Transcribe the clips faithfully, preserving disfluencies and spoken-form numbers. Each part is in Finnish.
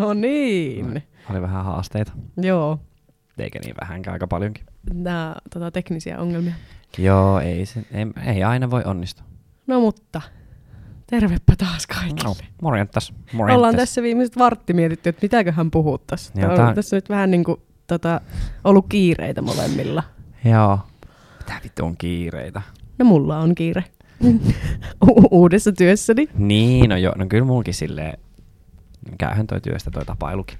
No niin. Oli vähän haasteita. Joo. Eikä niin vähänkään, aika paljonkin. Nää tota, teknisiä ongelmia. Joo, ei, se, ei, ei aina voi onnistua. No mutta, tervepä taas kaikille. No, morjentas, morjentas. Ollaan tässä viimeiset vartti mietitty, että mitäköhän puhuttaisiin. Joo, on tää... tässä nyt vähän niin kuin tota, ollut kiireitä molemmilla. Joo. Mitä vittu on kiireitä? No mulla on kiire. U- uudessa työssäni. Niin, no joo, no kyllä mulkin silleen, käyhän toi työstä toi tapailukin.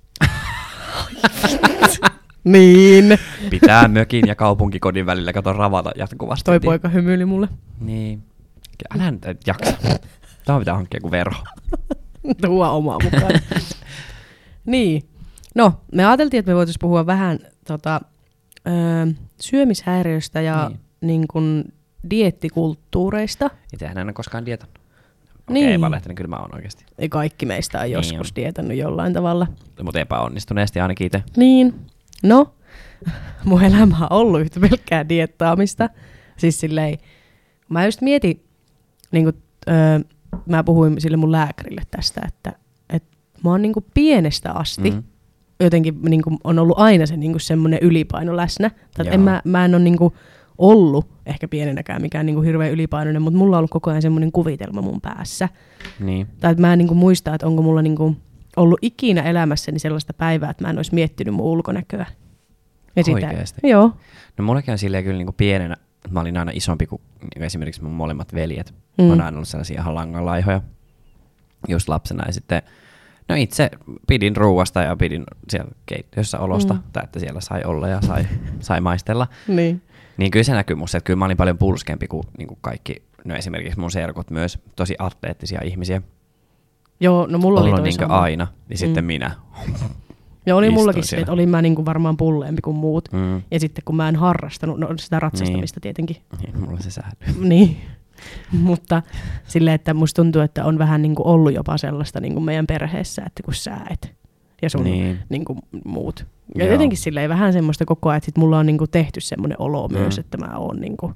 Niin. Pitää mökin ja kaupunkikodin välillä kato ravata jatkuvasti. Toi poika hymyili mulle. Niin. Älä nyt et jaksa. Tämä pitää hankkia kuin verho. Tuo omaa mukaan. Niin. No, me ajateltiin, että me voitaisiin puhua vähän tota, öö, syömishäiriöstä ja niin. Niin kun dieettikulttuureista. Itsehän en ole koskaan dietannut. Okei, Niin. ei valehtele, kyllä mä oon oikeasti. Ja kaikki meistä on Niin joskus on. dietannut jollain tavalla. Mutta epäonnistuneesti ainakin itse. Niin. No, mun elämä on ollut yhtä pelkkää dieettaamista. Siis silleen, mä just mietin, niin kun, öö, mä puhuin sille mun lääkärille tästä, että, että mä oon niin kun pienestä asti mm-hmm. jotenkin niin kun on ollut aina se niin kun semmoinen ylipaino läsnä. Tai en mä, mä en ole niin kun ollut ehkä pienenäkään mikään niin kun hirveän ylipainoinen, mutta mulla on ollut koko ajan semmoinen kuvitelma mun päässä. Niin. Tai että mä en niin kun muista, että onko mulla niin kun ollut ikinä elämässäni sellaista päivää, että mä en olisi miettinyt mun ulkonäköä. Ja oikeesti? Sitä, joo. No mullekin on silleen kyllä niinku pienenä, mä olin aina isompi kuin esimerkiksi mun molemmat veljet. Mm. Mä oon aina ollut sellaisia ihan langanlaihoja just lapsena. Ja sitten, no itse pidin ruuasta ja pidin siellä keittiössä olosta, mm. tai että siellä sai olla ja sai, sai maistella. Niin. Niin kyllä se näkyy musta, että kyllä mä olin paljon pulskempi kuin, niin kuin kaikki, no esimerkiksi mun serkut myös, tosi atleettisia ihmisiä. Joo, no mulla oli ollut toi niin sama. aina, niin sitten Mm. minä. Ja oli Istuin mullakin se, siellä. että olin mä niinku varmaan pulleempi kuin muut. Mm. Ja sitten kun mä en harrastanut, no sitä ratsastamista Niin. tietenkin. Niin, mulla se säädö. Niin. Mutta silleen, että musta tuntuu, että on vähän niinku ollut jopa sellaista niinku meidän perheessä, että kun sä et ja sun Niin. niinku muut. Ja Joo. jotenkin silleen vähän semmoista koko ajan, että sit mulla on niinku tehty semmoinen olo Mm. myös, että mä oon niinku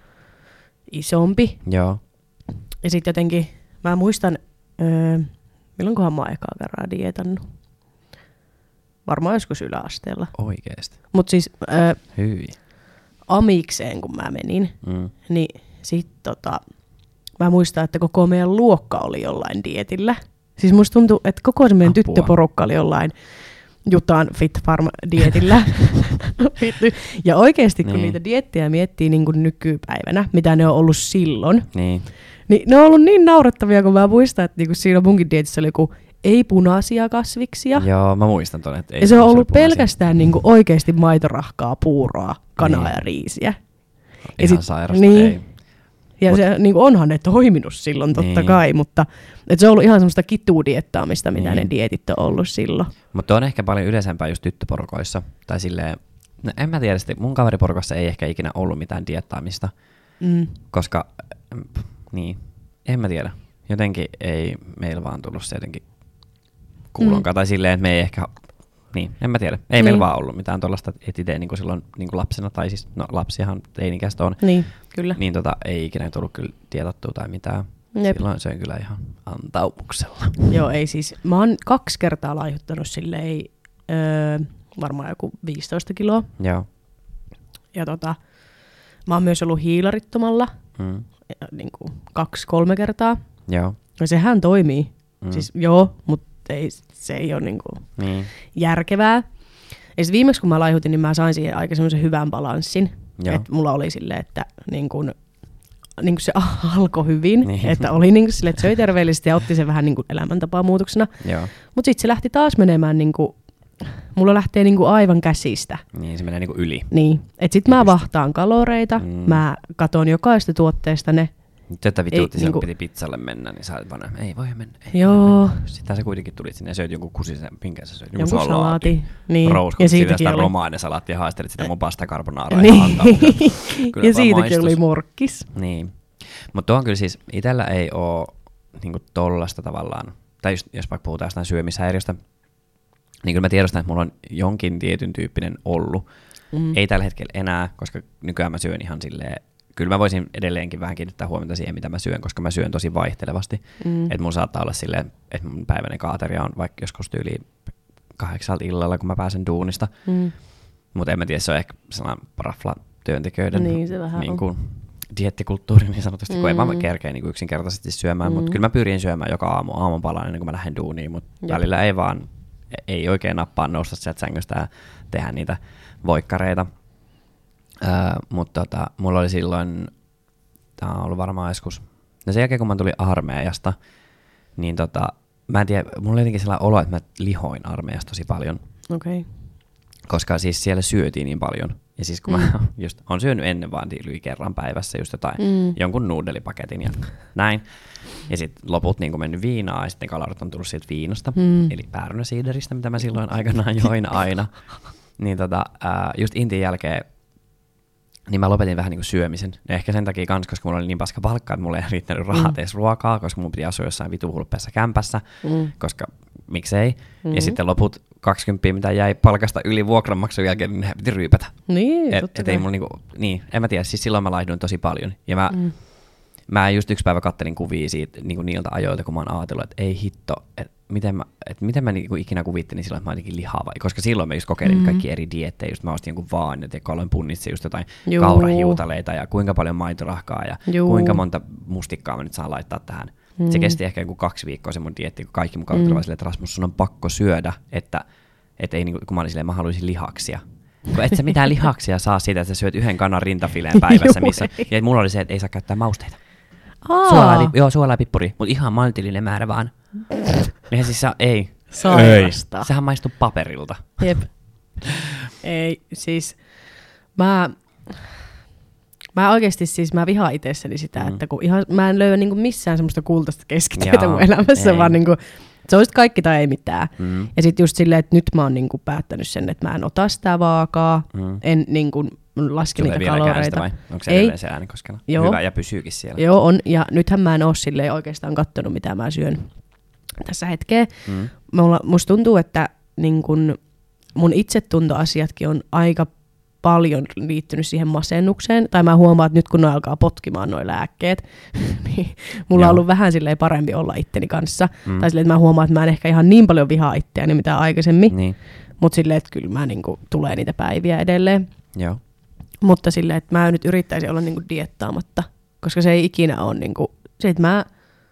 isompi. Joo. Ja sitten jotenkin, mä muistan, öö, milloinkohan mä oon ekaa kerran dietannut. Varmaan joskus yläasteella. Oikeesti. Mut siis öö, Hyi. amikseen, kun mä menin, Mm. niin sit tota, mä muistan, että koko meidän luokka oli jollain dietillä. Siis musta tuntuu, että koko se meidän Apua. tyttöporukka oli jollain Jutaan Fit Farm-dietillä. Ja oikeesti, kun Niin. niitä diettejä miettii niin kuin nykypäivänä, mitä ne on ollut silloin, Niin. niin ne on ollut niin naurettavia, kun mä muistan, että niinku siinä munkin dietissä oli joku ei punaisia kasviksia. Joo, mä muistan ton, että ei Ja se on semmosia ollut punaisia. pelkästään niinku oikeasti maitorahkaa, puuroa, kanaa Niin. ja riisiä. Ja Ihan sit- sairasta, niin. ei. Ja Mut- se, niinku onhan ne toiminut silloin totta Niin. kai, mutta et se on ollut ihan semmoista kitudiettaamista, mitä Niin. ne dietit on ollut silloin. Mutta on ehkä paljon yleisempää just tyttöporukoissa. Tai silleen, no en mä tiedä, sitten mun kaveriporukassa ei ehkä ikinä ollut mitään diettaamista. Mm. Koska, mm, niin, en mä tiedä. Jotenkin ei meillä vaan tullut se jotenkin kuulonkaan. Mm. Tai silleen, että me ei ehkä, niin, en mä tiedä. Ei niin. meillä vaan ollut mitään tuollaista, että itse niin silloin niin lapsena, tai siis, no lapsiahan teinikäistä on. Niin, kyllä. Niin tota, ei ikinä tullut kyllä dietattua tai mitään. Jep. Silloin söin kyllä ihan antaumuksella. Joo, ei siis. Mä oon kaksi kertaa laihuttanut silleen, öö, varmaan joku viisitoista kiloa. Joo. Ja tota, mä oon myös ollut hiilarittomalla Mm. niin kuin kaksi-kolme kertaa. Joo. Ja sehän toimii. Mm. Siis joo, mutta ei, se ei ole niin kuin Niin. järkevää. Ja sit viimeksi kun mä laihutin, niin mä sain siihen aika semmoisen hyvän balanssin. Joo. Että mulla oli silleen, että niin kuin, niin kuin se alkoi hyvin. Niin. Että oli niin kuin silleen, että söi terveellisesti ja otti sen vähän niin kuin elämäntapaa muutoksena. Joo. Mutta sitten se lähti taas menemään, niin kuin, mulla lähtee niin kuin aivan käsistä. Niin, se menee niinku yli. Niin, että sit Ei mä pysty. vahtaan kaloreita, Mm. mä katon jokaista tuotteesta ne. Tätä vituutti, Ei, silloin niinku- piti pizzalle mennä, niin sä olet vaan, ei voi mennä. Ei Joo. Mennä. Sitten sä kuitenkin tulit sinne ja söit jonkun kusisen, minkä sä söit? Jonkun salaati. Niin. Rouskut Ja siitä siitäkin sitä oli. romaanesalaattia ja haistelit sitä mun pasta carbonaaraa Niin. ihan antamuksella. Kyllä Ja vaan siitäkin maistus. oli morkkis. Niin. Mutta tuo on kyllä siis, itellä ei oo niinku tollasta tavallaan, tai just, jos vaikka puhutaan jostain syömishäiriöstä, niin kyllä mä tiedostan, että mulla on jonkin tietyn tyyppinen ollut. Mm. Ei tällä hetkellä enää, koska nykyään mä syön ihan silleen kyllä mä voisin edelleenkin vähän kiinnittää huomiota siihen, mitä mä syön, koska mä syön tosi vaihtelevasti. Mm. Että mun saattaa olla silleen, että mun päiväinen kaateria on vaikka joskus tyyli kahdeksalta illalla, kun mä pääsen duunista. Mm. Mutta en mä tiedä, se on ehkä sellainen rafla-työntekijöiden niin, se vähän niin kuin, dieettikulttuuri niin sanotusti, mm. kun ei vaan kerkeä niin kuin yksinkertaisesti syömään. Mm. Mutta kyllä mä pyrin syömään joka aamu aamunpalan ennen kuin mä lähden duuniin, mutta välillä ei vaan, ei oikein nappaa nousta sieltä sängystä ja tehdä niitä voikkareita. Öö, mutta tota, mulla oli silloin, tää on ollut varmaan joskus, no sen jälkeen kun mä tulin armeijasta, niin tota, mä en tiedä, mulla oli jotenkin sellainen olo, että mä lihoin armeijasta tosi paljon. Okei. Okay. Koska siis siellä syötiin niin paljon. Ja siis kun mm. mä just on syönyt ennen vaan yli kerran päivässä just jotain, mm. jonkun nuudelipaketin ja näin. Ja sitten loput niin mennyt viinaa ja sitten kalorit on tullut siitä viinasta, mm. eli päärynäsiideristä, mitä mä silloin aikanaan join aina. Niin tota, äh, just intin jälkeen niin mä lopetin vähän niin kuin syömisen. Ja ehkä sen takia kans, koska mulla oli niin paska palkka, että mulla ei riittänyt rahaa mm. edes ruokaa, koska mun piti asua jossain vitu hulppeassa kämpässä, mm. koska miksei. Mm. Ja sitten loput kaksikymmentä, mitä jäi palkasta yli vuokranmaksun jälkeen, niin ne piti ryypätä. Niin, et, totta et ei mulla niinku, niin, en mä tiedä, siis silloin mä laihduin tosi paljon. Ja mä, mm. mä just yksi päivä kattelin kuvia siitä, niinku niiltä ajoilta, kun mä oon ajatellut, että ei hitto, että miten mä, et miten mä niinku ikinä kuvittelin silloin, että mä oon jotenkin lihava. Koska silloin mä just kokeilin mm. kaikki eri dieettejä, just mä ostin jonkun vaan, että aloin punnitse just jotain Juu. kaurahiutaleita ja kuinka paljon maitorahkaa ja Juu. kuinka monta mustikkaa mä nyt saan laittaa tähän. Mm. Se kesti ehkä joku kaksi viikkoa se mun dieetti, kun kaikki mun kautta mm. silleen, että Rasmus, sun on pakko syödä, että et ei, kun mä olin silleen, mä haluaisin lihaksia. Kun et sä mitään lihaksia saa siitä, että sä syöt yhden kanan rintafileen päivässä, missä, ja mulla oli se, että ei saa käyttää mausteita. Suolaa, joo, suolaa ja pippuri, mutta ihan maltillinen määrä vaan. Eihän siis sä, ei. Sairasta. Ei. Sehän maistuu paperilta. Jep. Ei, siis mä... Mä oikeesti siis, mä vihaan itsessäni sitä, mm. että kun ihan, mä en löydä niinku missään semmoista kultaista keskitietä mun elämässä, ei. vaan niinku, se olisi kaikki tai ei mitään. Mm. Ja sit just silleen, että nyt mä oon niinku päättänyt sen, että mä en ota sitä vaakaa, mm. en niinku laske niitä kaloreita. Vai? Onko se edelleen se Äänekoskella? Joo. Hyvä, ja pysyykin siellä. Joo, on. Ja nythän mä en oo silleen oikeastaan kattonut, mitä mä syön tässä hetkeen. Mm. Mulla, musta tuntuu, että niin kun mun itsetuntoasiatkin on aika paljon liittynyt siihen masennukseen, tai mä huomaan, että nyt kun ne alkaa potkimaan nuo lääkkeet, niin mulla Joo. on ollut vähän silleen parempi olla itteni kanssa, mm. tai silleen, että mä huomaan, että mä en ehkä ihan niin paljon vihaa itseäni mitä aikaisemmin, niin. mutta silleen, että kyllä mä niinku, tulee niitä päiviä edelleen. Joo. Mutta silleen, että mä nyt yrittäisin olla niinku dieettaamatta, koska se ei ikinä ole niinku, se, että mä...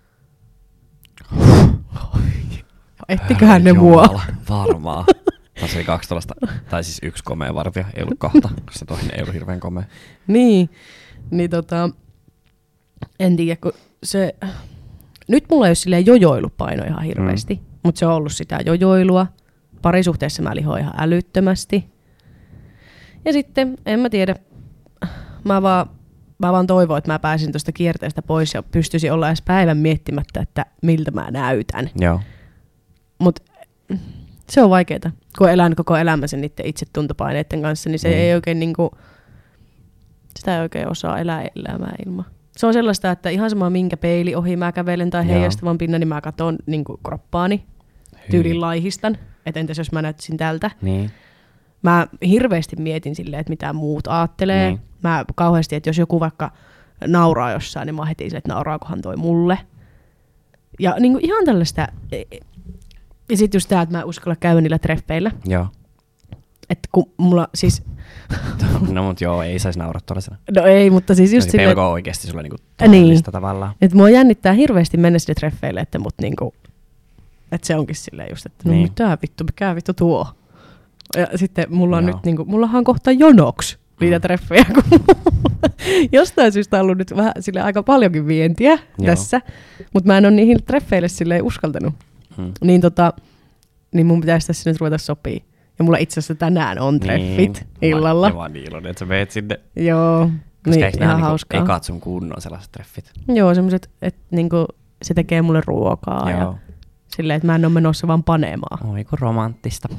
Ettiköhän ne mua. Varmaa. Tässä oli kaksi tuollaista, tai siis yksi komea vartija, ei ollut kahta, koska se toinen ei ollut hirveän komea. Niin, niin tota, en tiedä, kun se, nyt mulla ei ole silleen jojoilupaino ihan hirveästi, mm. mutta se on ollut sitä jojoilua. Parisuhteessa mä lihoin ihan älyttömästi. Ja sitten, en mä tiedä, mä vaan, mä vaan toivon, että mä pääsin tuosta kierteestä pois ja pystyisin olla edes päivän miettimättä, että miltä mä näytän. Joo. Mut se on vaikeeta, kun elän koko elämänsä niiden itsetuntopaineiden kanssa, niin se mm. ei oikein niinku, sitä ei oikein osaa elää elämää ilman. Se on sellaista, että ihan sama minkä peili ohi mä kävelen tai heijastavan pinnan, niin mä katson niinku kroppaani, tyylin laihistan, että entäs jos mä näyttäisin tältä. Niin. Mä hirveästi mietin silleen, että mitä muut aattelee. Niin. Mä kauheasti, että jos joku vaikka nauraa jossain, niin mä heti silleen, että nauraakohan toi mulle. Ja niinku ihan tällaista... Ja sit just tää, että mä uskalla käydä niillä treffeillä. Joo. Että kun mulla siis... No mut joo, ei saisi nauraa tuollaisena. No ei, mutta siis just silleen... Pelko on oikeesti sulla niinku todellista niin. tavallaan. Että mua jännittää hirveästi mennä sinne treffeille, että mut niinku... Että se onkin silleen just, että no niin. mitä vittu, mikä vittu tuo. Ja sitten mulla on joo. nyt niinku... Mullahan kohta jonoks niitä mm. treffejä, kun jostain syystä on ollut nyt vähän silleen aika paljonkin vientiä joo. tässä. Mut mä en oo niihin treffeille silleen uskaltanut. Hmm. Niin, tota, niin mun pitäisi tässä nyt ruveta sopii. Ja mulla itse asiassa tänään on treffit niin. illalla. Ja mä oon niin iloinen, että sä meet sinne. Joo, koska niin, ihan hauskaa. Ekat sun kunnon sellaiset treffit. Joo, semmoiset, että niinku, se tekee mulle ruokaa. Joo. Ja silleen, että mä en ole menossa vaan panemaan. Oi kun romanttista.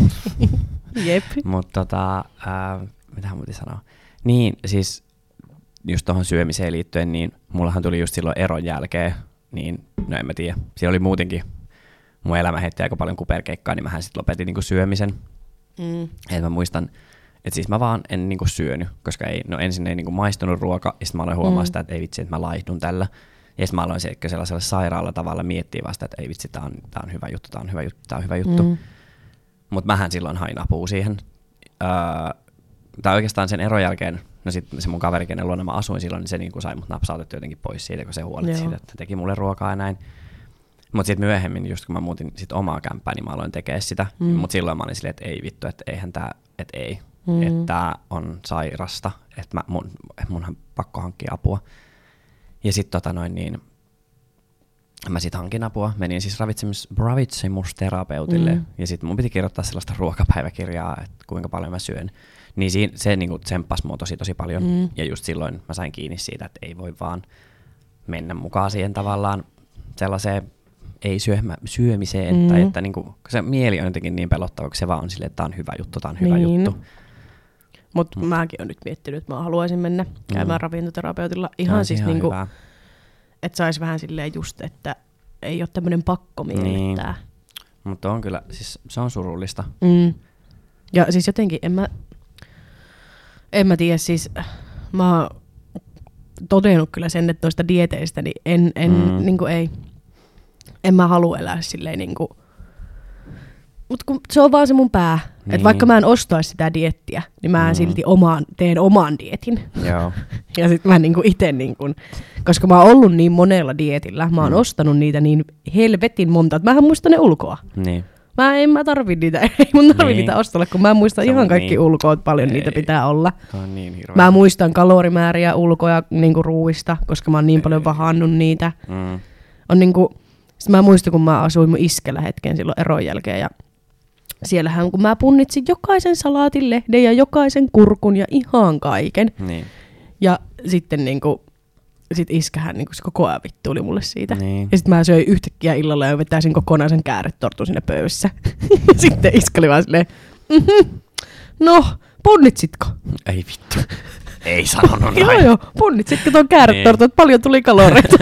Jep. Mutta tota, äh, mitä mun piti sanoa? Niin, siis just tuohon syömiseen liittyen, niin mullahan tuli just silloin eron jälkeen, niin no en mä tiedä. Siellä oli muutenkin mun elämä heitti aika paljon kuperkeikkaa, niin mähän sitten lopetin niinku syömisen. Mm. Et mä muistan, Et siis mä vaan en niinku syönyt, koska ei, no ensin ei niinku maistunut ruoka, ja sitten mä aloin huomaa mm. sitä, että ei vitsi, että mä laihdun tällä. Ja sitten mä aloin se, sellaisella sairaalla tavalla miettiä vasta, että ei vitsi, tää on, tää on hyvä juttu, tää on hyvä juttu, tää on hyvä juttu. Mm. Mutta mähän silloin hain apua siihen. Öö, tai oikeastaan sen eron jälkeen, no sitten se mun kaveri, kenen luona mä asuin silloin, niin se niinku sai mut napsautettu jotenkin pois siitä, kun se huolehti siitä, että teki mulle ruokaa ja näin. Mutta sitten myöhemmin, just kun mä muutin sit omaa kämppää, niin mä aloin tekemään sitä. Mm. Mutta silloin mä olin silleen, että ei vittu, että eihän tää, että ei. Mm. Että tää on sairasta, että mun, munhan pakko hankkia apua. Ja sit tota noin niin, mä sit hankin apua, menin siis ravitsemus, ravitsemusterapeutille, mm. ja sit mun piti kirjoittaa sellaista ruokapäiväkirjaa, että kuinka paljon mä syön. Niin siinä, se niinku tsemppasi mua tosi tosi paljon, mm. ja just silloin mä sain kiinni siitä, että ei voi vaan mennä mukaan siihen tavallaan sellaiseen ei-syömä, syömiseen, mm. tai että niinku, se mieli on jotenkin niin pelottava, kun se vaan on silleen, että tää on hyvä juttu, tää on hyvä niin. juttu. Mutta Mut. mäkin olen nyt miettinyt, että mä haluaisin mennä käymään mm. ravintoterapeutilla ihan siis ihan niinku, että sais vähän silleen just, että ei ole tämmönen pakko miellyttää. Niin. Mutta on kyllä, siis se on surullista. Mm. Ja siis jotenkin en mä, en mä tiedä, siis mä oon todennut kyllä sen, että noista dieteistä, niin en, en mm. niinku ei, en mä halua elää silleen niinku, mut kun se on vaan se mun pää. Niin. Että vaikka mä en ostaisi sitä diettiä, niin mä mm. silti omaan, teen oman dietin. Joo. Ja sit mä niinku ite, niinku, koska mä oon ollut niin monella dietillä, mä oon mm. ostanut niitä niin helvetin monta, että mähän muistan ne ulkoa. Niin. Mä en mä tarvi niitä, ei mun tarvi niin. niitä ostella, kun mä muistan se ihan kaikki niin. ulkoa, että paljon ei. niitä pitää olla. On niin hirveä. Mä muistan kalorimääriä ulkoja niinku ruuista, koska mä oon niin ei. paljon vahannut niitä. Mm. On niinku, sit mä muistan, kun mä asuin mun iskellä hetken silloin eron jälkeen ja siellähän kun mä punnitsin jokaisen salaatin lehden ja jokaisen kurkun ja ihan kaiken. Niin. Ja sitten niinku, sit iskähän niinku se koko ajan vittuili mulle siitä. Niin. Ja sitten mä söin yhtäkkiä illalla ja vetäisin kokonaisen kääretortun siinä pöydässä. Sitten iskä oli vaan silleen, mm-hmm, no, punnitsitko? Ei vittu. Ei sanonut näin. Joo joo, punnitsitko tuon kääretortun, että paljon tuli kaloreita.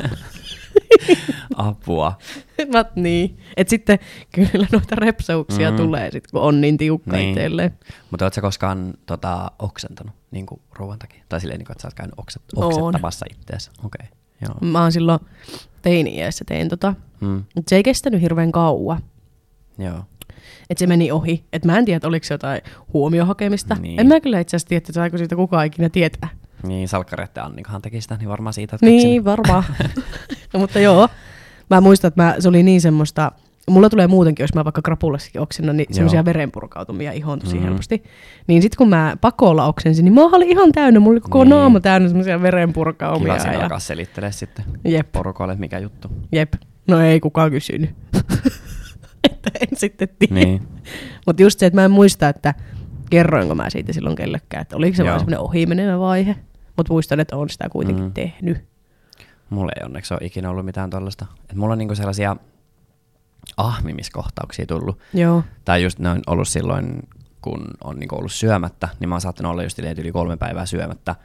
Apua. Mä, niin. Et sitten kyllä noita repsauksia mm. tulee, sit, kun on niin tiukka niin. itselleen. Mutta ootko sä koskaan tota, oksentanut niin ruoan takia? Tai silleen, niin kuin, että sä oot käynyt okset, oksettamassa itseäsi? Okay. Joo. Mä oon silloin teini-iässä tein tota. Mm. Se ei kestänyt hirveän kauan. Joo. Et se meni ohi. Et mä en tiedä, oliko se jotain huomiohakemista. Niin. En mä kyllä itse asiassa tiedä, että saiko siitä kukaan ikinä tietää. Niin, Salkkareette Annikahan teki sitä, niin varmaan siitä. Niin, keksinyt. varmaan. No, mutta joo, mä muistan, että mä, se oli niin semmoista, mulla tulee muutenkin, jos mä vaikka krapulassakin oksennan, niin semmoisia verenpurkautumia ihoon tosi mm-hmm. helposti. Niin sit kun mä pakolla oksensin, niin mä olin ihan täynnä, mulla oli koko niin. naama täynnä semmoisia verenpurkaumia. Kiva siinä alkaa selittelee sitten Jep. porukoille, mikä juttu. Jep, no ei kukaan kysynyt. Että en sitten tiedä. Niin. Mutta just se, että mä en muista, että kerroinko mä siitä silloin kellekään, että oliko se Joo. vaan semmoinen ohimenevä vaihe. Mutta muistan, että on sitä kuitenkin mm. tehnyt. Mulla ei onneksi ole ikinä ollut mitään tollaista. Et mulla on niinku sellaisia ahmimiskohtauksia tullut. Joo. Tai just ne on ollut silloin, kun on niinku ollut syömättä, niin mä oon saattanut olla just yli kolme päivää syömättä.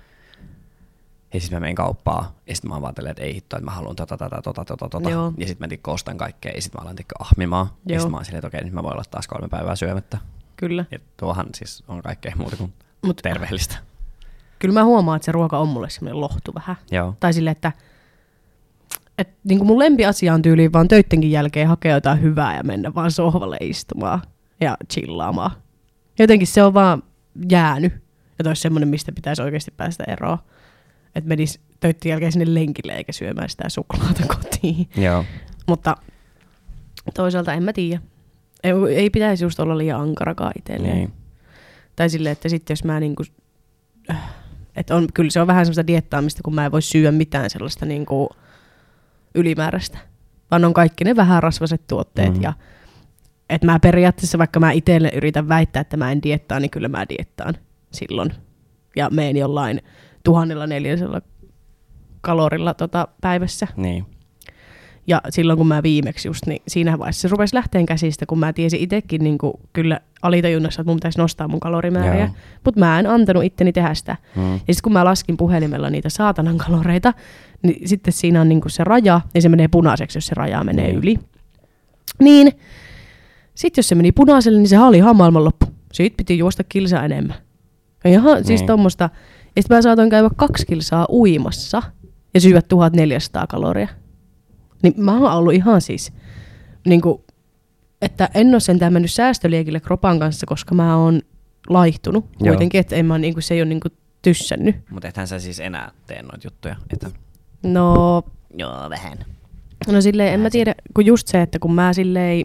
Ja sit mä menen kauppaan, ja sit mä oon vaatellut, että ei hitto, että mä haluan tota, tota, tota, tota, tota. Joo. Ja sit mä tikko ostan kaikkea, ja sit mä alan tikko ahmimaan. Joo. Ja sit mä oon silleen, että okei, nyt mä voin olla taas kolme päivää syömättä. Kyllä. Ja tuohan siis on kaikkea muuta kuin Mut terveellistä. Kyllä mä huomaan, että se ruoka on mulle semmoinen lohtu vähän. Joo. Tai silleen, että et, niin kuin mun lempiasia on tyyliin vaan töittenkin jälkeen hakea jotain hyvää ja mennä vaan sohvalle istumaan ja chillaamaan. Jotenkin se on vaan jäänyt. Ja toi semmoinen, mistä pitäisi oikeasti päästä eroon. Että menisi töitten jälkeen sinne lenkille eikä syömään sitä suklaata kotiin. Joo. Mutta toisaalta en mä tiedä. Ei, ei pitäisi just olla liian ankarakaan itselleen. Niin. Tai silleen, että sitten jos mä niinku... Että on, kyllä se on vähän semmoista diettaamista, kun mä en voi syödä mitään sellaista niinku ylimääräistä. Vaan on kaikki ne vähän rasvaset tuotteet. Mm. Ja, että mä periaatteessa, vaikka mä itselle yritän väittää, että mä en diettaa, niin kyllä mä diettaan silloin. Ja meen jollain tuhannella neljäsellä kalorilla tota päivässä. Niin. Ja silloin kun mä viimeksi just, niin siinä vaiheessa se rupesi lähteen käsistä, kun mä tiesin itsekin niin kuin, kyllä alitajunnassa, että mun pitäisi nostaa mun kalorimääriä. Mutta mä en antanut itteni tehdä sitä. Mm. Ja sitten kun mä laskin puhelimella niitä saatanan kaloreita, niin sitten siinä on niin kuin se raja, ja se menee punaiseksi, jos se raja menee mm. yli. Niin, sitten jos se meni punaiselle, niin se oli ihan maailmanloppu. Siitä piti juosta kilsaa enemmän. Ja ihan siis Niin. tommosta. Ja sit mä saatoin käydä kaksi kilsaa uimassa ja syödä tuhatneljäsataa kaloria. Niin mä oon ollut ihan siis, niinku, että en oo sentään mennyt säästöliekille kropan kanssa, koska mä oon laihtunut Joo. kuitenkin, että en mä, niinku, se ei ole niinku tyssännyt. Mutta ethän sä siis enää tee noita juttuja. Että... No, Joo, vähän. no silleen, en mä tiedä, kun just se, että kun mä silleen,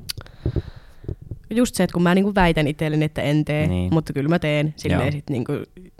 just se, että kun mä niinku väitän itselleni, että en tee, Niin. mutta kyllä mä teen, silleen Joo. sit niinku,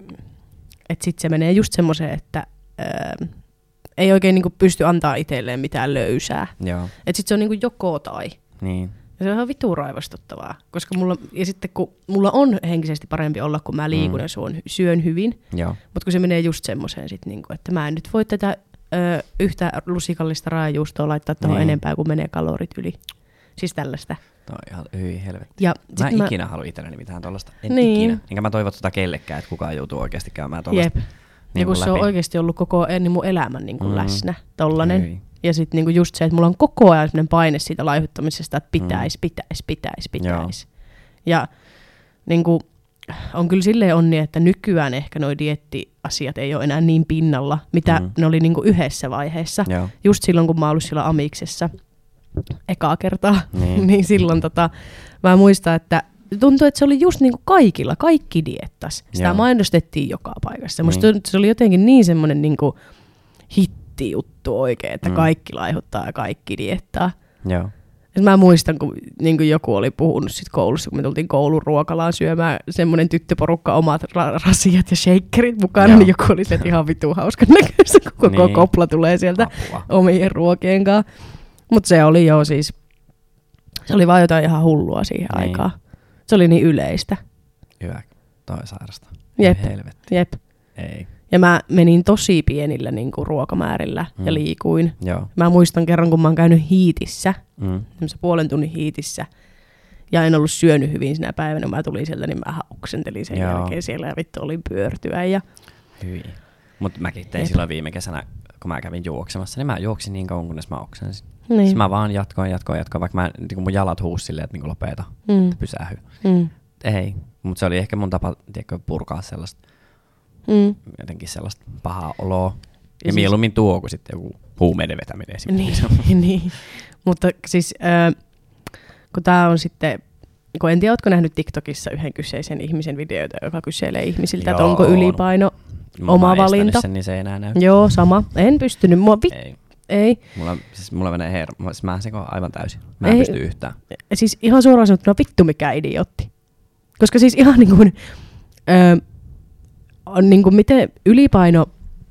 että sit se menee just semmoiseen, että ää, ei oikein niinku pysty antaa itselleen mitään löysää. Joo, Että sit se on niinku joko tai. niin. Ja se on ihan vitun raivostuttavaa, koska mulla, ja sitten kun mulla on henkisesti parempi olla, kun mä liikun Mm. ja syön, syön hyvin, Joo, mutta kun se menee just semmoiseen sit niinku, että mä en nyt voi tätä ö, yhtä lusikallista raajuustoa laittaa tuohon Niin. enempää, kun menee kalorit yli. Siis tällaista. toi on ihan hyi helvetti. Ja Mä en sit ikinä halua itselleni mitään tollasta. En Niin. ikinä. Enkä mä toivo tota kellekään, että kukaan joutuu oikeasti käymään tollasta. Jep. Niin ja kun kuin se on läpi. oikeasti ollut koko niin mun elämän niin kuin Mm. läsnä, tollanen. Hyi. Ja sitten niinku just se, että mulla on koko ajan sellainen paine siitä laihuttamisesta, että pitäisi, Mm. pitäisi, pitäisi, Joo. pitäisi. Ja niinku, on kyllä silleen onni, että nykyään ehkä nuo dieettiasiat ei ole enää niin pinnalla, mitä Mm. ne oli niinku yhdessä vaiheessa. Joo. Just silloin, kun mä oon ollut siellä amiksessa ekaa kertaa, Niin. niin silloin tota, mä muistan, että tuntui, että se oli just niinku kaikilla, kaikki diettas. Sitä Joo. mainostettiin joka paikassa. Musta Niin. tuntui, että se oli jotenkin niin semmoinen niinku hitti juttu oikein, että Mm. kaikki laihuttaa ja kaikki diettaa. Joo. Ja mä muistan, kun niin kuin joku oli puhunut sit koulussa, kun me tultiin koulun ruokalaan syömään semmoinen tyttöporukka omat ra- rasiat ja shakerit mukana, Joo. niin joku oli se, että ihan vitun hauskan näköistä, kun koko Niin. kopla tulee sieltä Apua. omien ruokien kanssa. Mutta se oli jo siis, se oli vaan jotain ihan hullua siihen Niin. aikaan. Se oli niin yleistä. Hyvä. Toi sairasta. Jep. Helvetti. Jep. Ei. Ja mä menin tosi pienillä niin kuin ruokamäärillä mm. ja Mm. liikuin. Joo. Mä muistan kerran, kun mä oon käynyt hiitissä, Mm. semmoisen puolen tunnin hiitissä, ja en ollut syönyt hyvin sinä päivänä. Mä tulin sieltä, niin mä oksentelin sen Joo. jälkeen siellä ja vittu olin pyörtyä. Ja Hyi. Mut mäkin tein Jep. silloin viime kesänä, kun mä kävin juoksemassa, niin mä juoksin niin kauan, kunnes mä oksensin. niin. Siis mä vaan jatkoin, jatkoin, jatkoin, vaikka mä, niin kun mun jalat huusi silleen, että niin lopeta, mm. pysähy. Mm. Ei, mutta se oli ehkä mun tapa, tiedätkö, purkaa sellaista, Mm. jotenkin sellaista pahaa oloa. Ja, ja siis- mieluummin tuo, kuin sitten joku huumeiden vetäminen esimerkiksi. Niin, niin. Mutta siis, äh, kun tää on sitten, kun en tiedä, ootko nähnyt TikTokissa yhden kyseisen ihmisen videoita, joka kyselee ihmisiltä, että Joo, onko on. ylipaino Mä oma oon estänyt valinta. Sen, niin se ei enää näy. Joo, sama. En pystynyt. Mua vit... Ei. Ei. Mulla, siis mulla menee hermo. Siis mä sekoan aivan täysin. Mä en Ei. pysty yhtään. Siis ihan suoraan sanottuna vittu mikään idiootti. Koska siis ihan niin kuin, öö, on niin kuin miten ylipaino,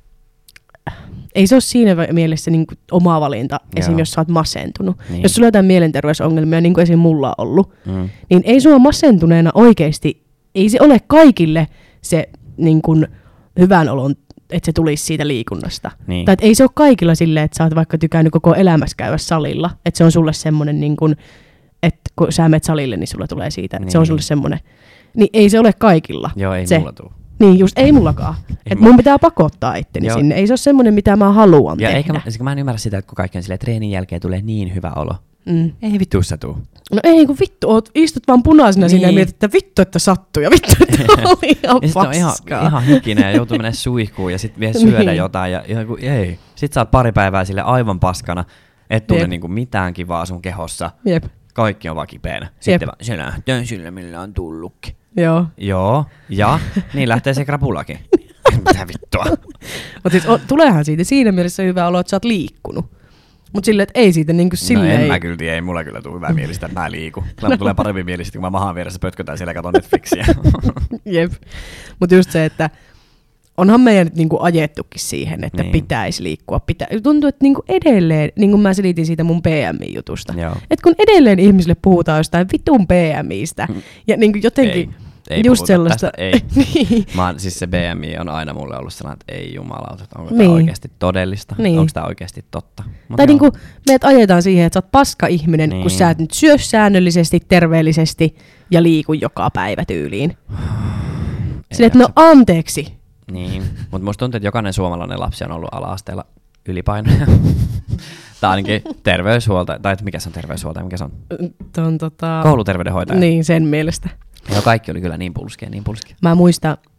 ei se ole siinä mielessä niin kuin oma valinta, esim. Joo. Jos sä oot masentunut. Niin. Jos sulla on jotain mielenterveysongelmia, niin kuin esim. Mulla on ollut, Mm. niin ei sua masentuneena oikeasti, ei se ole kaikille se niin kuin, hyvän olon, että se tulisi siitä liikunnasta. Niin. Tai että ei se ole kaikilla silleen, että sä oot vaikka tykännyt koko elämässä käydä salilla, että se on sulle semmoinen, niin kuin, että kun sä menet salille, niin sulle tulee siitä, että se on Niin. sulle semmoinen. Niin ei se ole kaikilla. Joo, ei se. mulla tuu. Niin just, ei mullakaan. Että mulla- mun pitää pakottaa itteni Joo. sinne. Ei se ole semmoinen, mitä mä haluan Ja tehdä. eikä mä, siis mä en ymmärrä sitä, että kun kaikki on silleen, treenin jälkeen tulee niin hyvä olo. Mm. Ei vittu sä tuu. No ei kun vittu, oot, istut vaan punaisena niin. siinä ja Niin. mietit, että vittu, että sattuu ja vittu, että oli ihan Ja sit on ihan, paskaa. ihan hikinen ja joutuu mennä suihkuun ja sit vielä syödä Niin. jotain ja ihan kuin, ei. Sit sä oot pari päivää sille aivan paskana, et tule Jep. niinku mitään kivaa sun kehossa. Jep, Kaikki on vaan kipeänä. Sitten vaan, se lähtee sillä, millä on tullutkin. joo. Joo, ja niin lähtee se krapulakin. Mitä vittua? Mutta siis o, tuleehan siitä siinä mielessä hyvä olo, että sä oot liikkunut. Mutta silleen, että ei siitä niinku No silleen. en mä kyllä tiedä, ei mulla kyllä tule hyvää mielistä, että mä liikun. Kyllä no. tulee paremmin mielistä, kun mä mahan vieressä pötkötään siellä ja katon Netflixiä. Jep. Mutta just se, että onhan meidän nyt niinku ajettukin siihen, että Niin. pitäisi liikkua. Pitä... Tuntuu, että niinku edelleen, niin kuin mä selitin siitä mun P M I-jutusta, Joo. että kun edelleen ihmisille puhutaan jostain vitun P M I:stä, ja niinku jotenkin Ei, ei just puhuta sellaista. tästä, ei. niin. Mä oon, siis se B M I on aina mulle ollut sellainen, että ei jumalauta, että onko Niin. tämä oikeasti todellista, Niin. onko tämä oikeasti totta. Mut Tai joo. niinku meidät ajetaan siihen, että sä oot paska ihminen, niin. kun Niin. sä et nyt syö säännöllisesti, terveellisesti ja liiku joka päivä tyyliin. Ei Silleen, että no jaksa. anteeksi. Niin, mutta musta tuntuu, että jokainen suomalainen lapsi on ollut ala-asteella ylipainoja. Tai ainakin terveyshuoltaja, tai että mikä se on terveyshuoltaja, mikä se on? Ton, tota... Kouluterveydenhoitaja. Niin, sen mielestä. Ja kaikki oli kyllä niin pulskia, niin pulskia. Mä muistan,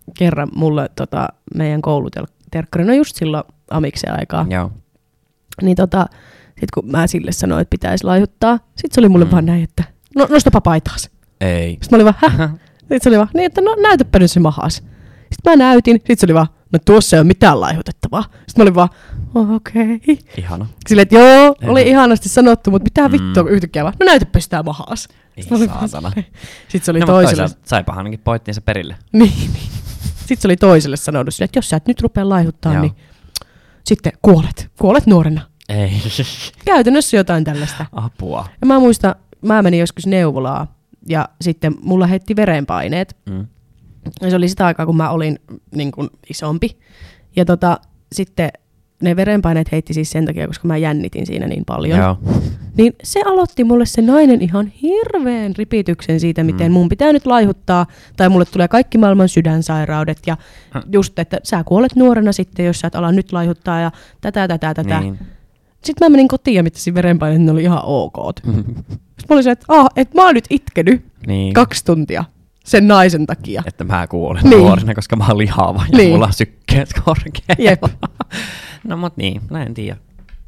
kerran mulle tota, meidän kouluterkkari, no just silloin amiksen aikaa. Joo. Niin tota, sit kun mä sille sanoin, että pitäisi laihuttaa, sit se oli mulle mm. vaan näin, että no nostapa paitaas. Ei. Sitten mä olin vaan, häh? Sitten se oli vaan, niin että no näytäpä nyt se mahas. Sitten mä näytin, sit se oli vaan, no tuossa ei ole mitään laihutettavaa. Sitten mä olin vaan, oh, okei. Okay. Ihana. Silleen, että joo, oli Eihän. ihanasti sanottu, mutta mitä mm. vittua yhtäkkiä vaan, no näytäpä sitä mahas. Ei saatana. Sitten se oli no, toiselle. Saipa ainakin poittiinsa perille. Niin, niin. Sitten se oli toiselle sanonut silleen, että jos sä et nyt rupea laihuttaa, joo. niin sitten kuolet. Kuolet nuorena. Ei. Käytännössä jotain tällaista. Apua. Ja mä muistan, mä menin joskus neuvolaan ja sitten mulla heitti verenpaineet. Mm. Ja se oli sitä aikaa, kun mä olin niin kuin isompi. Ja tota, sitten ne verenpaineet heitti siis sen takia, koska mä jännitin siinä niin paljon. Joo. Niin se aloitti mulle se nainen ihan hirveän ripityksen siitä, miten mm. mun pitää nyt laihuttaa. Tai mulle tulee kaikki maailman sydänsairaudet. Ja mm. just, että sä kuolet nuorena sitten, jos sä et ala nyt laihuttaa ja tätä, tätä, tätä. Niin. Sitten mä menin kotiin ja mittasin verenpaineet, ne oli ihan ok. Mm. Sitten mä olin se, että, ah, että mä oon nyt itkenyt niin. kaksi tuntia. Sen naisen takia. Että mä kuolen niin. nuorena, koska mä oon lihaava ja niin. mulla on sykkeet korkealla. Jep. No mut niin, mä en tiedä.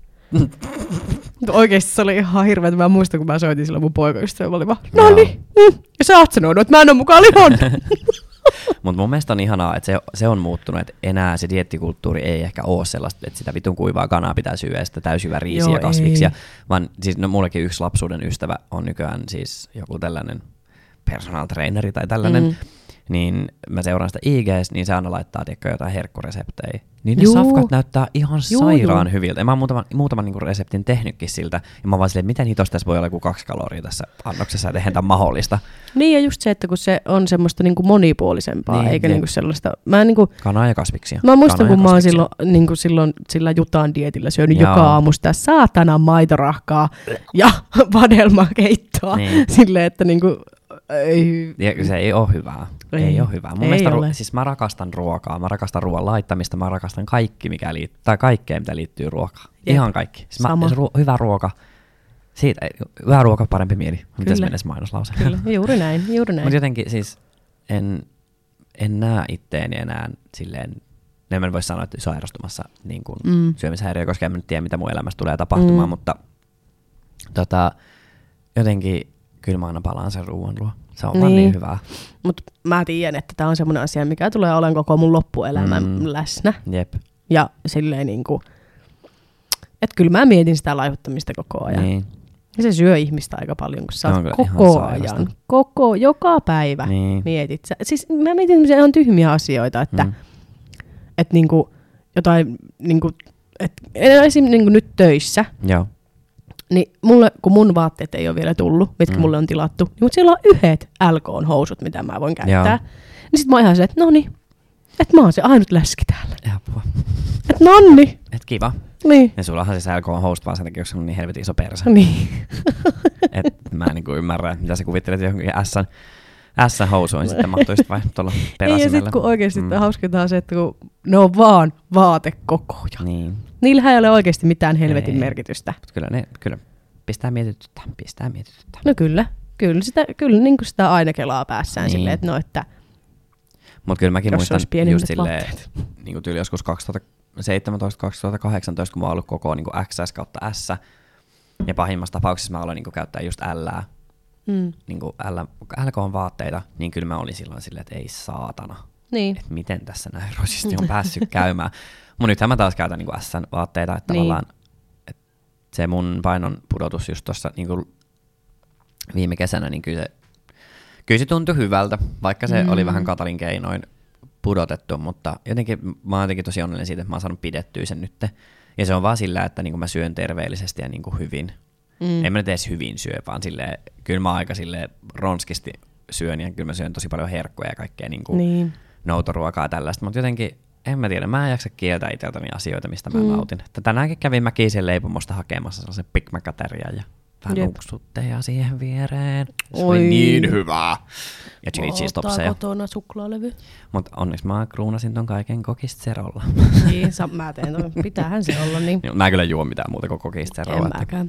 Oikeesti se oli ihan hirveä, että mä muistan, kun mä soitin silloin mun poikaystävä. Mä olin vaan, no niin, mm. ja sä oot sanonut, että mä en oo mukaan lihon. Mut mun mielestä on ihanaa, että se, se on muuttunut, että enää se diettikulttuuri ei ehkä oo sellaista, että sitä vitun kuivaa kanaa pitää syödä ja sitä täysjyvää riisiä ja kasviksia. Vaan siis no mullekin yksi lapsuuden ystävä on nykyään siis joku tällainen personal traineri tai tällainen, mm. niin mä seuraan sitä I G:ssä, niin se aina laittaa tiedätkö, jotain herkkureseptejä. Niin ne Juu. safkat näyttää ihan Juu. sairaan hyviltä. Ja mä oon muutaman, muutaman niin reseptin tehnytkin siltä. Ja mä oon vaan silleen, miten hitosta tässä voi olla joku kaksi kaloria tässä annoksessa, että eihän tämä mahdollista. Niin ja just se, että kun se on semmoista niin kuin monipuolisempaa, niin, eikä niin. Niin sellaista... Mä niin kuin, kanaa ja kasviksia. Mä muistan, kun mä oon silloin, niin kuin silloin sillä Jutan dietillä syönyt Jaa. joka aamu sitä saatanan maitorahkaa ja vadelmakeittoa. Niin. Silleen, että niin kuin, ei... Ja se ei ole hyvää. Ei, ei ole hyvää. Mun ei mielestä ru- siis mä rakastan ruokaa, mä rakastan ruoan laittamista, mä rakastan kaikki, mikä liittyy, tai kaikkea, mitä liittyy ruokaan. Jep. Ihan kaikki. Siis mä, se ru- hyvä ruoka, siitä, hyvä ruoka, parempi mieli. Mitäs mennessä mainoslause? Kyllä, juuri näin, juuri näin. Mutta jotenkin siis en, en näe itteeni enää silleen, en mä voi sanoa, että sairastumassa niin kuin mm. syömishäiriö, koska en mä nyt tiedä, mitä mun elämässä tulee tapahtumaan, mm. mutta tota, jotenkin kyllä mä aina palaan sen ruoan luo. Se on niin. vaan niin hyvää. Mutta mä tiedän, että tää on semmoinen asia, mikä tulee olemaan koko mun loppuelämän mm. läsnä. Jep. Ja silleen niinku, että kyllä mä mietin sitä laihuttamista koko ajan. Niin. Ja se syö ihmistä aika paljon, kun sä oot koko ajan, koko, joka päivä niin. mietit. Sä, siis mä mietin semmoisia ihan tyhmiä asioita, että mm. et niinku jotain, niinku, että esim. Niinku nyt töissä. Joo. Niin mulle, kun mun vaatteet ei ole vielä tullut, mitkä mm. mulle on tilattu, niin mutta siellä on yhdet L K-housut, mitä mä voin käyttää. Joo. Niin sit mä oon ihan se, että no niin, että mä oon se ainut läski täällä. Apua. Että nonni. Et kiva. Niin. Ja sullahan siis L K-housut vaan sen takia, koska on niin helvetin iso persä. Niin. Et mä en niinku ymmärrä, mitä sä kuvittelet johonkin S:n, S:n housuin sitten mahtuisit vai tuolla peräsimellä. Ei, ja sit kun oikeesti mm. hauskinta se, että kun ne on vaan vaatekokoja. Niin. Niillähän ei ole oikeasti mitään helvetin ei. merkitystä. Kyllä ne, kyllä. Pistää mietityttää, pistää mietityttää. No kyllä, kyllä sitä, kyllä niin kuin sitä aina kelaa päässään niin. silleen, että no, että mut kyllä mäkin muistan just silleen, niin kuin tyyli joskus kaksituhattaseitsemäntoista kaksituhattakahdeksantoista, kun mä oon ollut koko niin kuin X S kautta S, ja pahimmassa tapauksessa mä aloin niin kuin käyttää just Lää, mm. niin kuin L, L K on vaatteita, niin kyllä mä olin silloin silleen, että ei saatana, niin. että miten tässä näin rosisti on päässyt käymään. Mun nythän mä taas käytän niin kuin S:n vaatteita, että niin. tavallaan se mun painon pudotus just tuossa niin viime kesänä, niin kyllä se, kyllä se tuntui hyvältä, vaikka se mm. oli vähän katalin keinoin pudotettu, mutta jotenkin mä oon jotenkin tosi onnellinen siitä, että mä oon saanut pidettyä sen nyt. Ja se on vaan sillä, että niin mä syön terveellisesti ja niin hyvin. Mm. En mä nyt edes hyvin syö, vaan silleen, kyllä mä aika silleen ronskisti syön ja kyllä mä syön tosi paljon herkkuja ja kaikkea niin niin. noutoruokaa ja tällaista, mutta jotenkin en mä tiedä, mä en jaksa kieltää itseltäni asioita, mistä mä mm. nautin. Että tänäänkin kävin Mäkisen leipomosta hakemassa sellaisen Big Mac-aterian ja vähän nuksutteja siihen viereen. Se oli niin hyvää. Ja chili cheese topseja. Kotona suklaalevy. Mutta onneksi mä kruunasin ton kaiken kokisterolla. Niin, mä teen ton. Pitäähän se olla niin. Mä en kyllä juo mitään muuta kuin kokisterolla. En mäkään.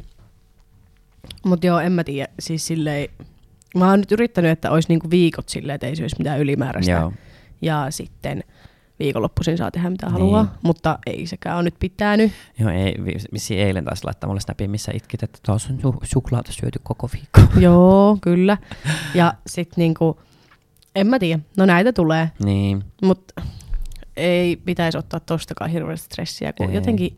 Mut joo, en mä tiedä. Siis silleen, mä oon nyt yrittänyt, että olisi niinku viikot silleen, että ei syöisi mitään ylimääräistä. Joo. ja sitten viikonloppuisin saa tehdä mitä Niin. haluaa, mutta ei sekään ole nyt pitänyt. Joo, ei, vissi eilen taisi laittaa mulle snapin, missä itkit, että taas on su- suklaata syöty koko viikko. Joo, kyllä. Ja sit niinku, en mä tiedä, no näitä tulee, Niin. mutta ei pitäisi ottaa tostakaan hirveästi stressiä, kun Ei. jotenkin,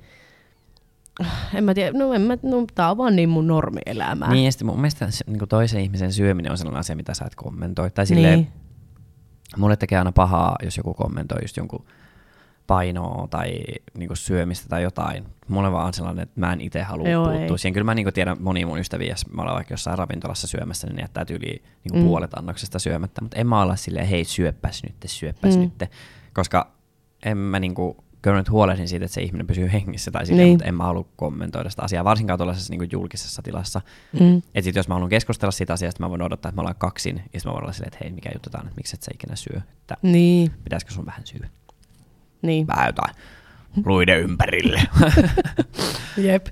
en mä tiedä, no, en mä, no tää on vaan niin mun normielämää. Niin, ja sitten mun mielestä se, niin toisen ihmisen syöminen on sellainen asia, mitä sä et kommentoi. Tai silleen, Niin. mulle tekee aina pahaa, jos joku kommentoi just jonkun painoa tai niinku syömistä tai jotain. Mulle vaan on sellainen, että mä en itse halua Joo, puuttua ei. siihen. Kyllä mä niinku tiedän monia mun ystäviä, jos mä olen vaikka jossain ravintolassa syömässä, niin ne jättää yli niinku Mm. puolet annoksesta syömättä. Mutta en mä olla silleen, hei syöppäs nyt, syöppäs Mm. nyt. Koska en mä niinku, kyllä nyt huolehdin siitä, että se ihminen pysyy hengissä tai silleen, Niin. mutta en mä halua kommentoida sitä asiaa, varsinkaan tuollaisessa niinku julkisessa tilassa. Mm. Et sit jos mä haluan keskustella siitä asiasta, mä voin odottaa, että me ollaan kaksin, ja sit mä voin olla silleen, että hei, mikä juttu tää on, että miksi et sä ikinä syö, että Niin, pitäisikö sun vähän syödä. niin, Vähän jotain luiden ympärille. jep.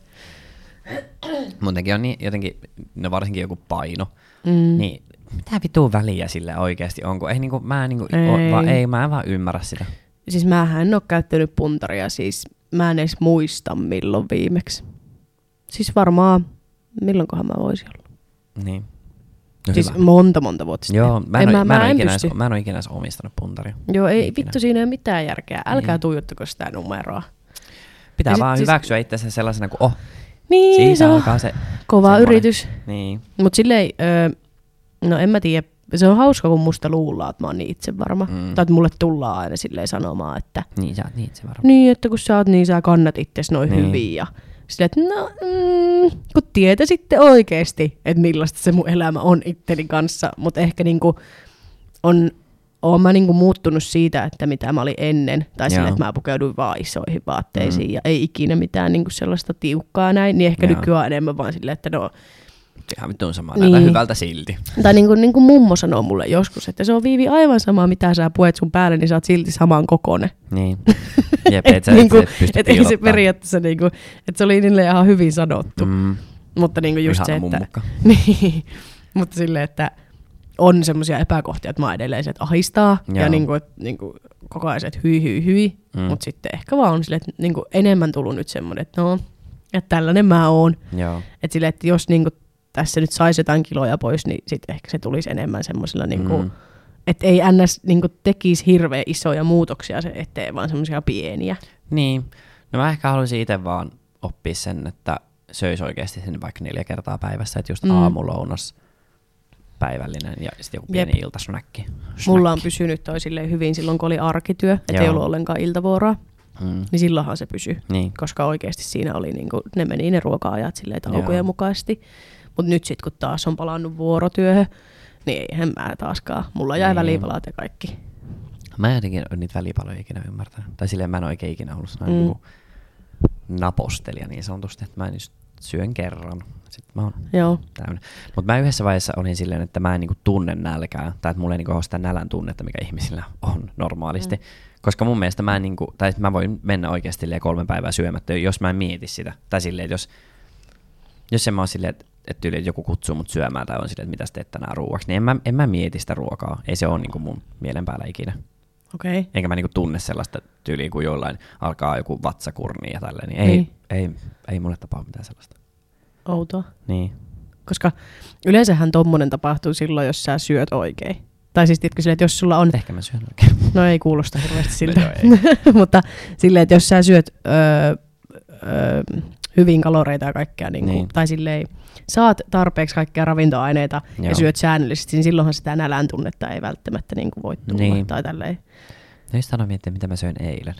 Muutenkin on niin, jotenkin, no varsinkin joku paino, Mm. niin mitä vittua väliä sillä oikeasti on, kun ei niinku, mä en niinku, Ei. O, vaan, ei, mä en vaan ymmärrä sitä. Siis mähän en oo käyttänyt puntaria, siis mä en edes muista milloin viimeksi. Siis varmaan, milloinkohan mä voisin olla. Niin. No Siis hyvä. monta monta vuotta sitten. Joo, mä en, En oo- mä- mä, mä en, en ikinä pysty. edes, mä en ole ikinä edes omistanut puntaria. Joo, ei Ikinä. vittu, siinä ei ole mitään järkeä. Älkää Niin. tuijottako sitä numeroa. Pitää Ja sit vaan siis- hyväksyä itsensä sellaisena kuin, oh, Niin, siitä se on alkaa se. kova semmoinen. yritys. Niin. Mut silleen, öö, no en mä tiedä, se on hauska, kun musta luullaan, että mä oon niin itse varma. Mm. Tai että mulle tullaan aina silleen sanomaan, että Niin, sä oot niin itse varma. niin, että kun sä oot niin, sä kannat itsesi noin Niin. hyvin. Ja silleen, että no, mm, kun tietäisitte oikeesti, että millaista se mun elämä on itteni kanssa. Mutta ehkä niinku on, oon mä niinku muuttunut siitä, että mitä mä olin ennen. Tai silleen, Joo. että mä pukeuduin vaan isoihin vaatteisiin Mm. ja ei ikinä mitään niinku sellaista tiukkaa näin. Niin ehkä Joo. nykyään on enemmän vaan silleen, että no. Ihan vittuun sama, Niin. näytä hyvältä silti. Tai niin kuin, niin kuin mummo sanoo mulle joskus, että se on Viivi aivan sama, mitä sä puet sun päälle, niin sä oot silti saman kokoinen. Niin. Jep, et Et sä niinku, et sä pysty et ei se piilottaa. periaatteessa, niin kuin, että se oli niille ihan hyvin sanottu. Mm. Mutta niin kuin just Ihana se, että, mummukka. niin, mutta silleen, että on semmoisia epäkohtia, että mä edelleen se, että ahistaa Joo. ja niin kuin, että, niin kuin, koko ajan se, että hyi, hyi, hyi. Mm. Mutta sitten ehkä vaan on silleen, että niin kuin enemmän tullut nyt semmoinen, että no, että tällainen mä oon. Joo. Että silleen, että jos niin kuin, tässä nyt saisi jotain kiloja pois, niin sitten ehkä se tulisi enemmän semmoisella, niin kuin, Mm. että ei ns. Niin kuin, tekisi hirveän isoja muutoksia se eteen, vaan semmoisia pieniä. Niin. No mä ehkä haluaisin itse vaan oppia sen, että söisi oikeasti sen vaikka neljä kertaa päivässä, että just Mm. aamu, lounas, päivällinen ja sitten joku pieni Jep. iltasnäkki. Mulla on Snäkki. pysynyt toi silleen hyvin silloin, kun oli arkityö, että ei Joo. ollut ollenkaan iltavuoroa, Mm. niin silloinhan se pysyi. Niin. Koska oikeasti siinä oli, niin kuin, ne meni ne ruoka-ajat silleen Joo. taukojen mukaisesti. Mutta nyt sitten, kun taas on palannut vuorotyöhön, niin eihän mä taaskaan. Mulla jäi Niin. välipalat ja kaikki. Mä en jotenkin ole niitä välipaloja ikinä ymmärtänyt. Tai silleen mä en ole oikein ikinä ollut sellainen Mm. niinku napostelija niin sanotusti, että mä just syön kerran. Sitten mä oon Joo. täynnä. Mutta mä yhdessä vaiheessa olin silleen, että mä en niinku tunne nälkää, tai että mulla ei niinku ole sitä nälän tunnetta, mikä ihmisillä on normaalisti. Mm. Koska mun mielestä mä en niinku, tai mä voin mennä oikeasti silleen kolme päivää syömättä, jos mä en mieti sitä. Tai silleen, että jos, jos en mä oon silleen, että, että tyyli, että joku kutsuu mut syömään, tai on silleen, että mitä sä teet tänään ruuaksi, niin en mä, en mä mieti sitä ruokaa. Ei se ole niinku mun mielen päällä ikinä. Okei. Okay. Enkä mä niinku tunne sellaista tyyliä, kun jollain alkaa joku vatsakurni ja tälleen. Niin ei, Niin. ei, ei mulle tapaa mitään sellaista. Outoa. Niin. Koska yleensähän tommonen tapahtuu silloin, jos sä syöt oikein. Tai siis tiedätkö silleen, että jos sulla on... Ehkä mä syön oikein. No ei kuulosta hirveästi No siltä. joo, Mutta silleen, että jos sä syöt öö, öö, hyvin kaloreita ja kaikkea, niin kuin, Niin. tai silleen, saat tarpeeksi kaikkea ravintoaineita Joo. ja syöt säännöllisesti, niin silloinhan sitä nälän tunnetta ei välttämättä niin kuin voi tulla. Niin. Tai tälleen. No just aloin miettiä, mitä mä söin eilen.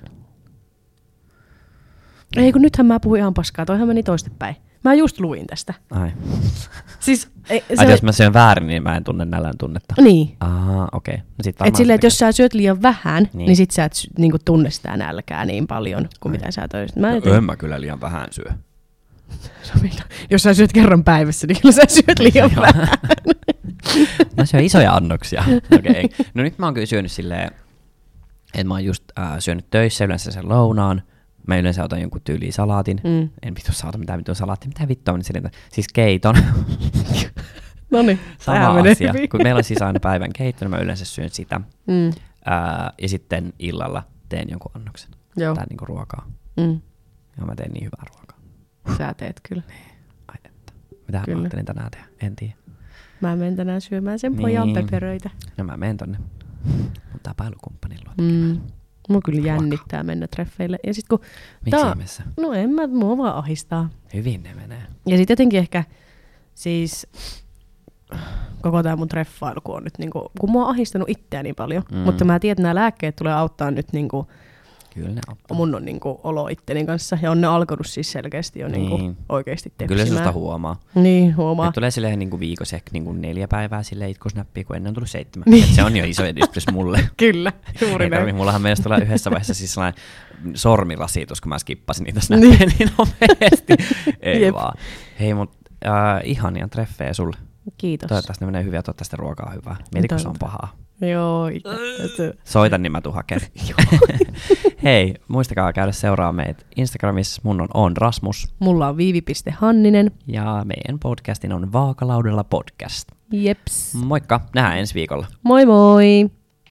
Ei kun nythän mä puhuin ihan paskaa, toihan meni toistepäin. Mä just luin tästä. Ai. Siis, ei, se Ai, on- jos mä syön väärin, niin mä en tunne nälän tunnetta. Niin. Aa, okei. Okay. No sit Et varmaan silleen, että sitä- jos sä syöt liian vähän, niin, Niin. niin sit sä et sy- niinku tunne sitä nälkää niin paljon kuin Ai. mitä sä toisit. Mä No, joten- en mä kyllä liian vähän syö. Jos sä syöt kerran päivässä, niin kyllä sä syöt liian Joo. vähän. Mä syön isoja annoksia. Okei. Okay. No nyt mä oon kyllä syönyt silleen, että mä oon just äh, syönyt töissä yleensä sen lounaan. Mä yleensä otan jonkun tyyliin salaatin. Mm. En vittu saa ota mitään vittu salaattia. Mitä vittua on silleen, siis keiton. No niin, Sama asia. Kun meillä on siis aina päivän keitto, niin mä yleensä syön sitä. Mm. ää, ja sitten illalla teen jonkun annoksen. Joo. Tai niinku ruokaa. Mm. Ja mä teen niin hyvää ruokaa. Sä teet kyllä. Ai että. Mitä mä ajattelin tänään tehdä? En tiedä. Mä menen tänään syömään sen pojan Niin. peperöitä. No mä menen tonne mun tapailukumppanin luo. Mm. Mua kyllä Ruokaa. jännittää mennä treffeille. Ja sit kun Miksi tää- ihmeessä? No en mä, mua vaan ahistaa. Hyvin ne menee. Ja sit jotenkin ehkä siis koko tää mun treffailu, kun on nyt niinku, kun mua on ahistanut itseä niin paljon, Mm. mutta mä tiedän, että nämä lääkkeet tulee auttaa nyt niinku Kyllä ne auttaa. mun on niinku olo itteni kanssa. Ja on ne alkanut siis selkeästi jo niinku Niin. oikeesti Kyllä tepsimään. se susta huomaa. Niin, huomaa. Ne tulee silleen niinku viikossa ehkä niinku neljä päivää silleen itkusnäppiä, kun ennen on tullut seitsemän. Niin. Et se on jo iso edistys mulle. Kyllä, juuri Ei tarvi. näin. Mullahan meistä tulee yhdessä vaiheessa siis sellainen sormirasitus, kun mä skippasin niitä snappeja niin, niin nopeasti. Ei Jep. vaan. Hei, mut äh, ihania treffejä sulle. Kiitos. Toivottavasti ne menee hyvin ja toivottavasti ruokaa on hyvää. Mieti, kun se on pahaa. Joo, ikä. Soitan, niin mä tuun hakemaan. Hei, muistakaa käydä seuraa meitä Instagramissa. Mun on On Rasmus. Mulla on Viivi piste Hanninen. Ja meidän podcastin on Vaakalaudella podcast. Jeps. Moikka, nähdään ensi viikolla. Moi moi!